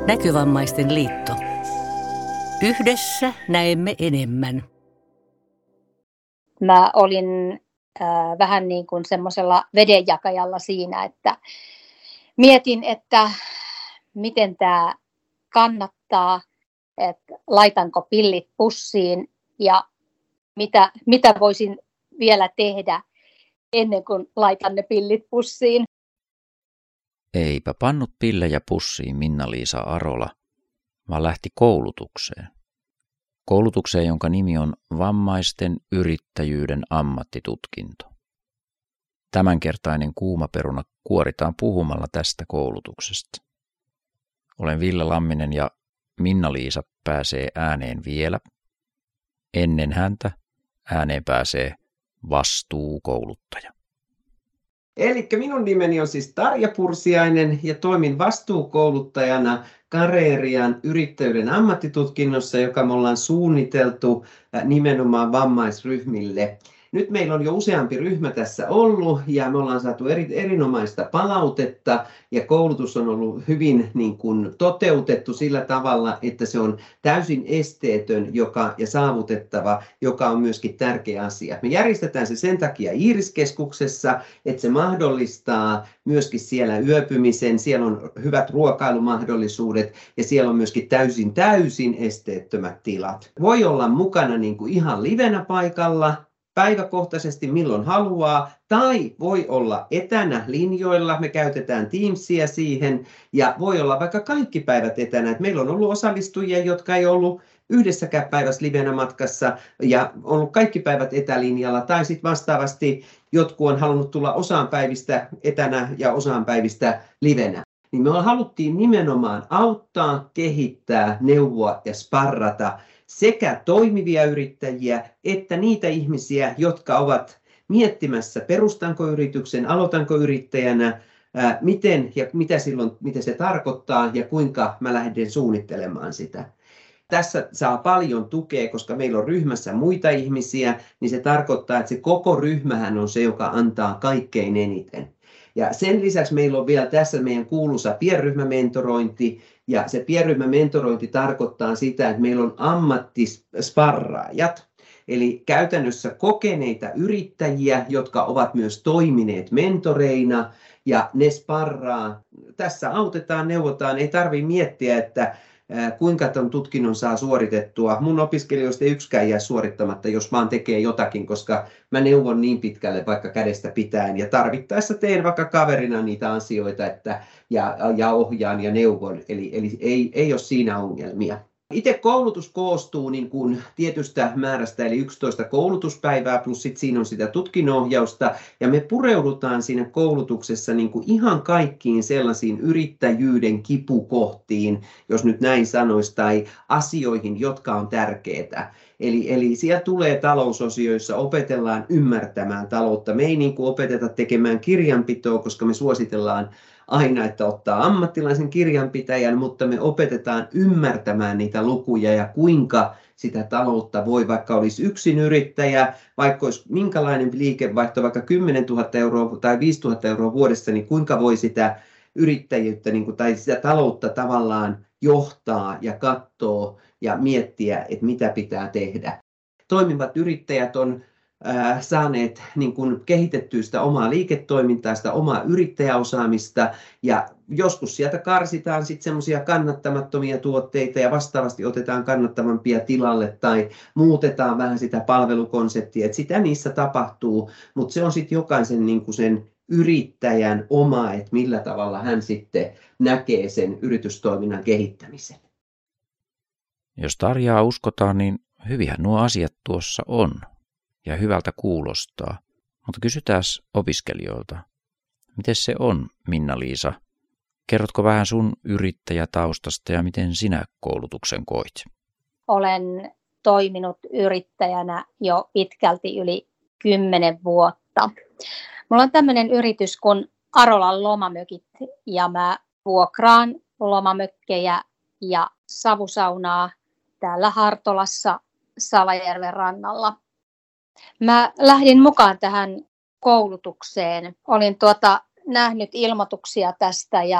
Näkövammaisten liitto. Yhdessä näemme enemmän. Mä olin vähän niin kuin semmoisella vedenjakajalla siinä, että mietin, että miten tämä kannattaa, että laitanko pillit pussiin ja mitä voisin vielä tehdä ennen kuin laitan ne pillit pussiin. Eipä pannut pillejä pussiin Minna-Liisa Arola, vaan lähti koulutukseen. Koulutukseen, jonka nimi on Vammaisten yrittäjyyden ammattitutkinto. Tämänkertainen kuumaperuna kuoritaan puhumalla tästä koulutuksesta. Olen Ville Lamminen ja Minna-Liisa pääsee ääneen vielä. Ennen häntä ääneen pääsee vastuukouluttaja. Eli minun nimeni on siis Tarja Pursiainen ja toimin vastuukouluttajana Carerian yrittäjyyden ammattitutkinnossa, joka me ollaan suunniteltu nimenomaan vammaisryhmille. Nyt meillä on jo useampi ryhmä tässä ollut ja me ollaan saatu erinomaista palautetta ja koulutus on ollut hyvin toteutettu sillä tavalla, että se on täysin esteetön ja saavutettava, joka on myöskin tärkeä asia. Me järjestetään se sen takia Iiriskeskuksessa, että se mahdollistaa myöskin siellä yöpymisen, siellä on hyvät ruokailumahdollisuudet ja siellä on myöskin täysin esteettömät tilat. Voi olla mukana ihan livenä paikalla, päiväkohtaisesti milloin haluaa, tai voi olla etänä linjoilla, me käytetään Teamsia siihen, ja voi olla vaikka kaikki päivät etänä. Et meillä on ollut osallistujia, jotka ei ollut yhdessäkään päivässä livenä matkassa, ja ollut kaikki päivät etälinjalla, tai sitten vastaavasti jotkut on halunnut tulla osaan päivistä etänä ja osaan päivistä livenä. Niin me haluttiin nimenomaan auttaa, kehittää, neuvoa ja sparrata sekä toimivia yrittäjiä että niitä ihmisiä, jotka ovat miettimässä, perustanko yrityksen, aloitanko yrittäjänä, mitä se tarkoittaa ja kuinka mä lähden suunnittelemaan sitä. Tässä saa paljon tukea, koska meillä on ryhmässä muita ihmisiä, niin se tarkoittaa, että se koko ryhmähän on se, joka antaa kaikkein eniten. Ja sen lisäksi meillä on vielä tässä meidän kuuluisa pienryhmämentorointi, ja se pienryhmämentorointi tarkoittaa sitä, että meillä on ammattisparraajat, eli käytännössä kokeneita yrittäjiä, jotka ovat myös toimineet mentoreina, ja ne sparraa. Tässä autetaan, neuvotaan, ei tarvitse miettiä, että kuinka tuon tutkinnon saa suoritettua. Mun opiskelijoista ei yksikään jää suorittamatta, jos vaan tekee jotakin, koska mä neuvon niin pitkälle vaikka kädestä pitäen ja tarvittaessa teen vaikka kaverina niitä asioita ja ohjaan ja neuvon, eli ei ole siinä ongelmia. Itse koulutus koostuu tietystä määrästä, eli 11 koulutuspäivää, plus sit siinä on sitä tutkinnonohjausta, ja me pureudutaan siinä koulutuksessa ihan kaikkiin sellaisiin yrittäjyyden kipukohtiin, jos nyt näin sanoisi, tai asioihin, jotka on tärkeitä. Eli siellä tulee talousosio, jossa opetellaan ymmärtämään taloutta. Me ei opeteta tekemään kirjanpitoa, koska me suositellaan aina, että ottaa ammattilaisen kirjanpitäjän, mutta me opetetaan ymmärtämään niitä lukuja ja kuinka sitä taloutta voi, vaikka olisi yksin yrittäjä, vaikka olisi minkälainen liikevaihto, vaikka 10 000 euroa tai 5 000 euroa vuodessa, niin kuinka voi sitä yrittäjyyttä tai sitä taloutta tavallaan johtaa ja katsoa ja miettiä, että mitä pitää tehdä. Toimivat yrittäjät on saaneet kehitettyä sitä omaa liiketoimintaa, sitä omaa yrittäjäosaamista ja joskus sieltä karsitaan sitten semmoisia kannattamattomia tuotteita ja vastaavasti otetaan kannattavampia tilalle tai muutetaan vähän sitä palvelukonseptia, että sitä niissä tapahtuu, mutta se on sitten jokaisen sen yrittäjän oma, että millä tavalla hän sitten näkee sen yritystoiminnan kehittämisen. Jos Tarjaa uskotaan, niin hyvihän nuo asiat tuossa on. Ja hyvältä kuulostaa. Mutta kysytään opiskelijoilta. Miten se on, Minna-Liisa? Kerrotko vähän sun yrittäjätaustasta ja miten sinä koulutuksen koit? Olen toiminut yrittäjänä jo pitkälti yli 10 vuotta. Mulla on tämmöinen yritys kuin Arolan lomamökit ja mä vuokraan lomamökkejä ja savusaunaa täällä Hartolassa Salajärven rannalla. Mä lähdin mukaan tähän koulutukseen. Olin nähnyt ilmoituksia tästä ja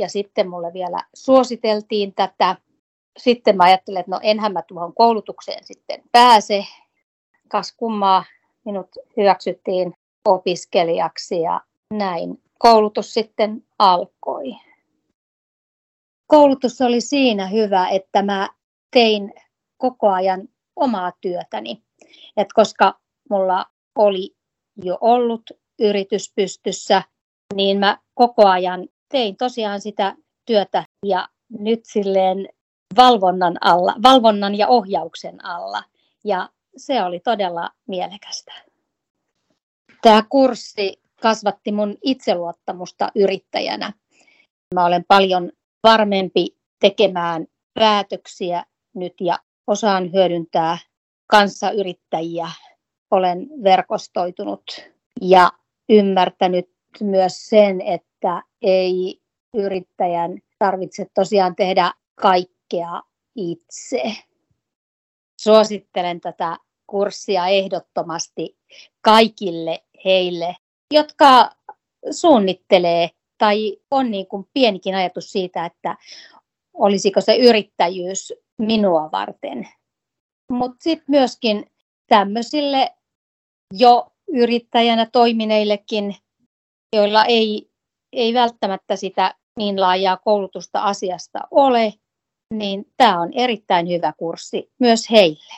ja sitten mulle vielä suositeltiin tätä. Sitten mä ajattelin, että no enhän mä tuohon koulutukseen sitten pääse. Kas kummaa, minut hyväksyttiin opiskelijaksi ja näin koulutus sitten alkoi. Koulutus oli siinä hyvä, että mä tein koko ajan omaa työtäni. Et koska mulla oli jo ollut yritys pystyssä, niin mä koko ajan tein tosiaan sitä työtä ja nyt silleen valvonnan ja ohjauksen alla. Ja se oli todella mielekästä. Tämä kurssi kasvatti mun itseluottamusta yrittäjänä. Mä olen paljon varmempi tekemään päätöksiä nyt ja osaan hyödyntää kanssayrittäjiä. Olen verkostoitunut ja ymmärtänyt myös sen, että ei yrittäjän tarvitse tosiaan tehdä kaikkea itse. Suosittelen tätä kurssia ehdottomasti kaikille heille, jotka suunnittelee tai on niin kuin pienikin ajatus siitä, että olisiko se yrittäjyys minua varten. Mutta sitten myöskin tämmöisille jo yrittäjänä toimineillekin, joilla ei välttämättä sitä niin laajaa koulutusta asiasta ole, niin tämä on erittäin hyvä kurssi myös heille.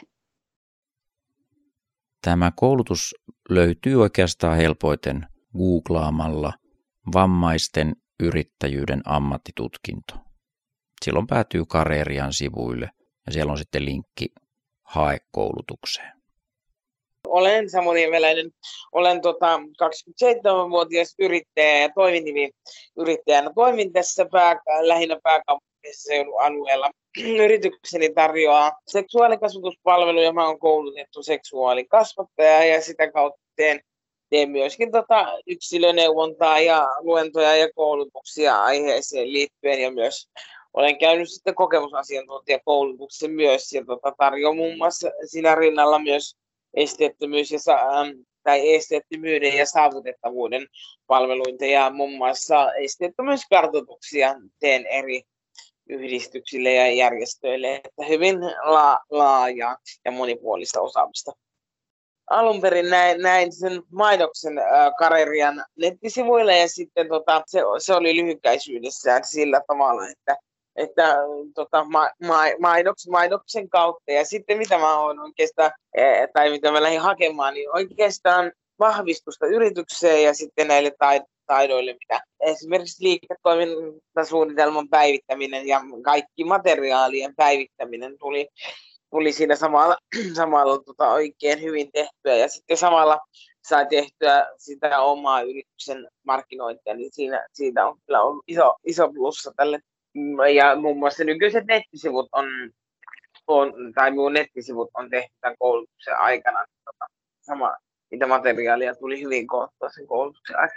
Tämä koulutus löytyy oikeastaan helpoiten googlaamalla vammaisten yrittäjyyden ammattitutkinto. Silloin päätyy Carerian sivuille ja siellä on sitten linkki hae koulutukseen. Olen Samuli Niemeläinen. Olen 27-vuotias yrittäjä ja toiminimiyrittäjänä. Toimin tässä lähinnä pääkaupunkiseudun alueella. Yritykseni tarjoaa seksuaalikasvatuspalveluja. Mä olen koulutettu seksuaalikasvattaja ja sitä kautta teen myöskin yksilöneuvontaa ja luentoja ja koulutuksia aiheeseen liittyen ja myös olen käynyt sitten kokemusasiantuntijakoulutuksen myös ja tarjoan muun muassa siinä rinnalla myös esteettömyyden ja saavutettavuuden palveluita ja muun muassa esteettömyyskartoituksia teen eri yhdistyksille ja järjestöille, että hyvin laajaa ja monipuolista osaamista. Alun perin näin sen mainoksen Carerian nettisivuilla ja sitten se oli lyhykäisyydessään sillä tavalla, että mainoksen kautta ja sitten mitä mä oon oikeastaan, tai mitä mä lähdin hakemaan, niin oikeastaan vahvistusta yritykseen ja sitten näille taidoille, mitä esimerkiksi liiketoimintasuunnitelman päivittäminen ja kaikki materiaalien päivittäminen tuli siinä samalla oikein hyvin tehtyä ja sitten samalla sai tehtyä sitä omaa yrityksen markkinointia, niin siitä on kyllä ollut iso plussa tälle. Ja muun muassa nykyiset nettisivut minun nettisivut on tehty tämän koulutuksen aikana. Mitä materiaalia tuli hyvin koottua sen koulutuksen aikana.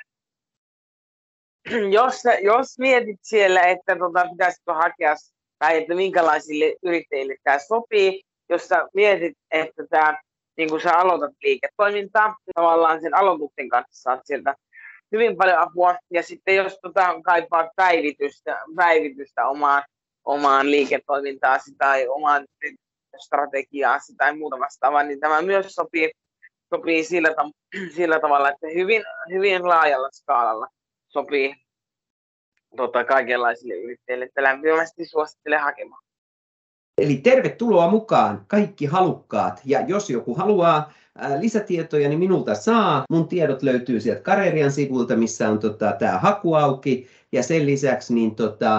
Jos mietit siellä, että pitäisikö hakea tai että minkälaisille yrittäjille tämä sopii, jos sä mietit, että niin kun sä aloitat liiketoimintaa, tavallaan sen aloituksen kanssa saat sieltä hyvin paljon apua. Ja sitten jos kaipaa päivitystä omaan liiketoimintaasi tai omaan strategiaasi tai muuta vastaavaa, niin tämä myös sopii sillä tavalla, että hyvin laajalla skaalalla sopii kaikenlaisille yrittäjille, että lämpimästi suosittelen hakemaan. Eli tervetuloa mukaan kaikki halukkaat, ja jos joku haluaa lisätietoja, niin minulta saa. Mun tiedot löytyy sieltä Carerian sivulta, missä on tämä haku auki, ja sen lisäksi niin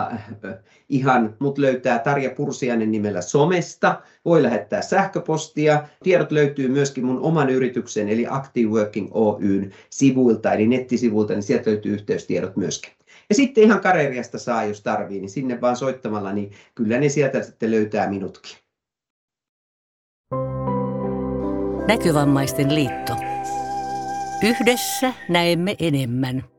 mut löytää Tarja Pursiainen nimellä somesta, voi lähettää sähköpostia. Tiedot löytyy myöskin mun oman yrityksen eli Active Working Oyn sivuilta, eli nettisivuilta, niin sieltä löytyy yhteystiedot myöskin. Ja sitten ihan Careriasta saa, jos tarvii, niin sinne vaan soittamalla, niin kyllä ne sieltä sitten löytää minutkin. Näkövammaisten liitto. Yhdessä näemme enemmän.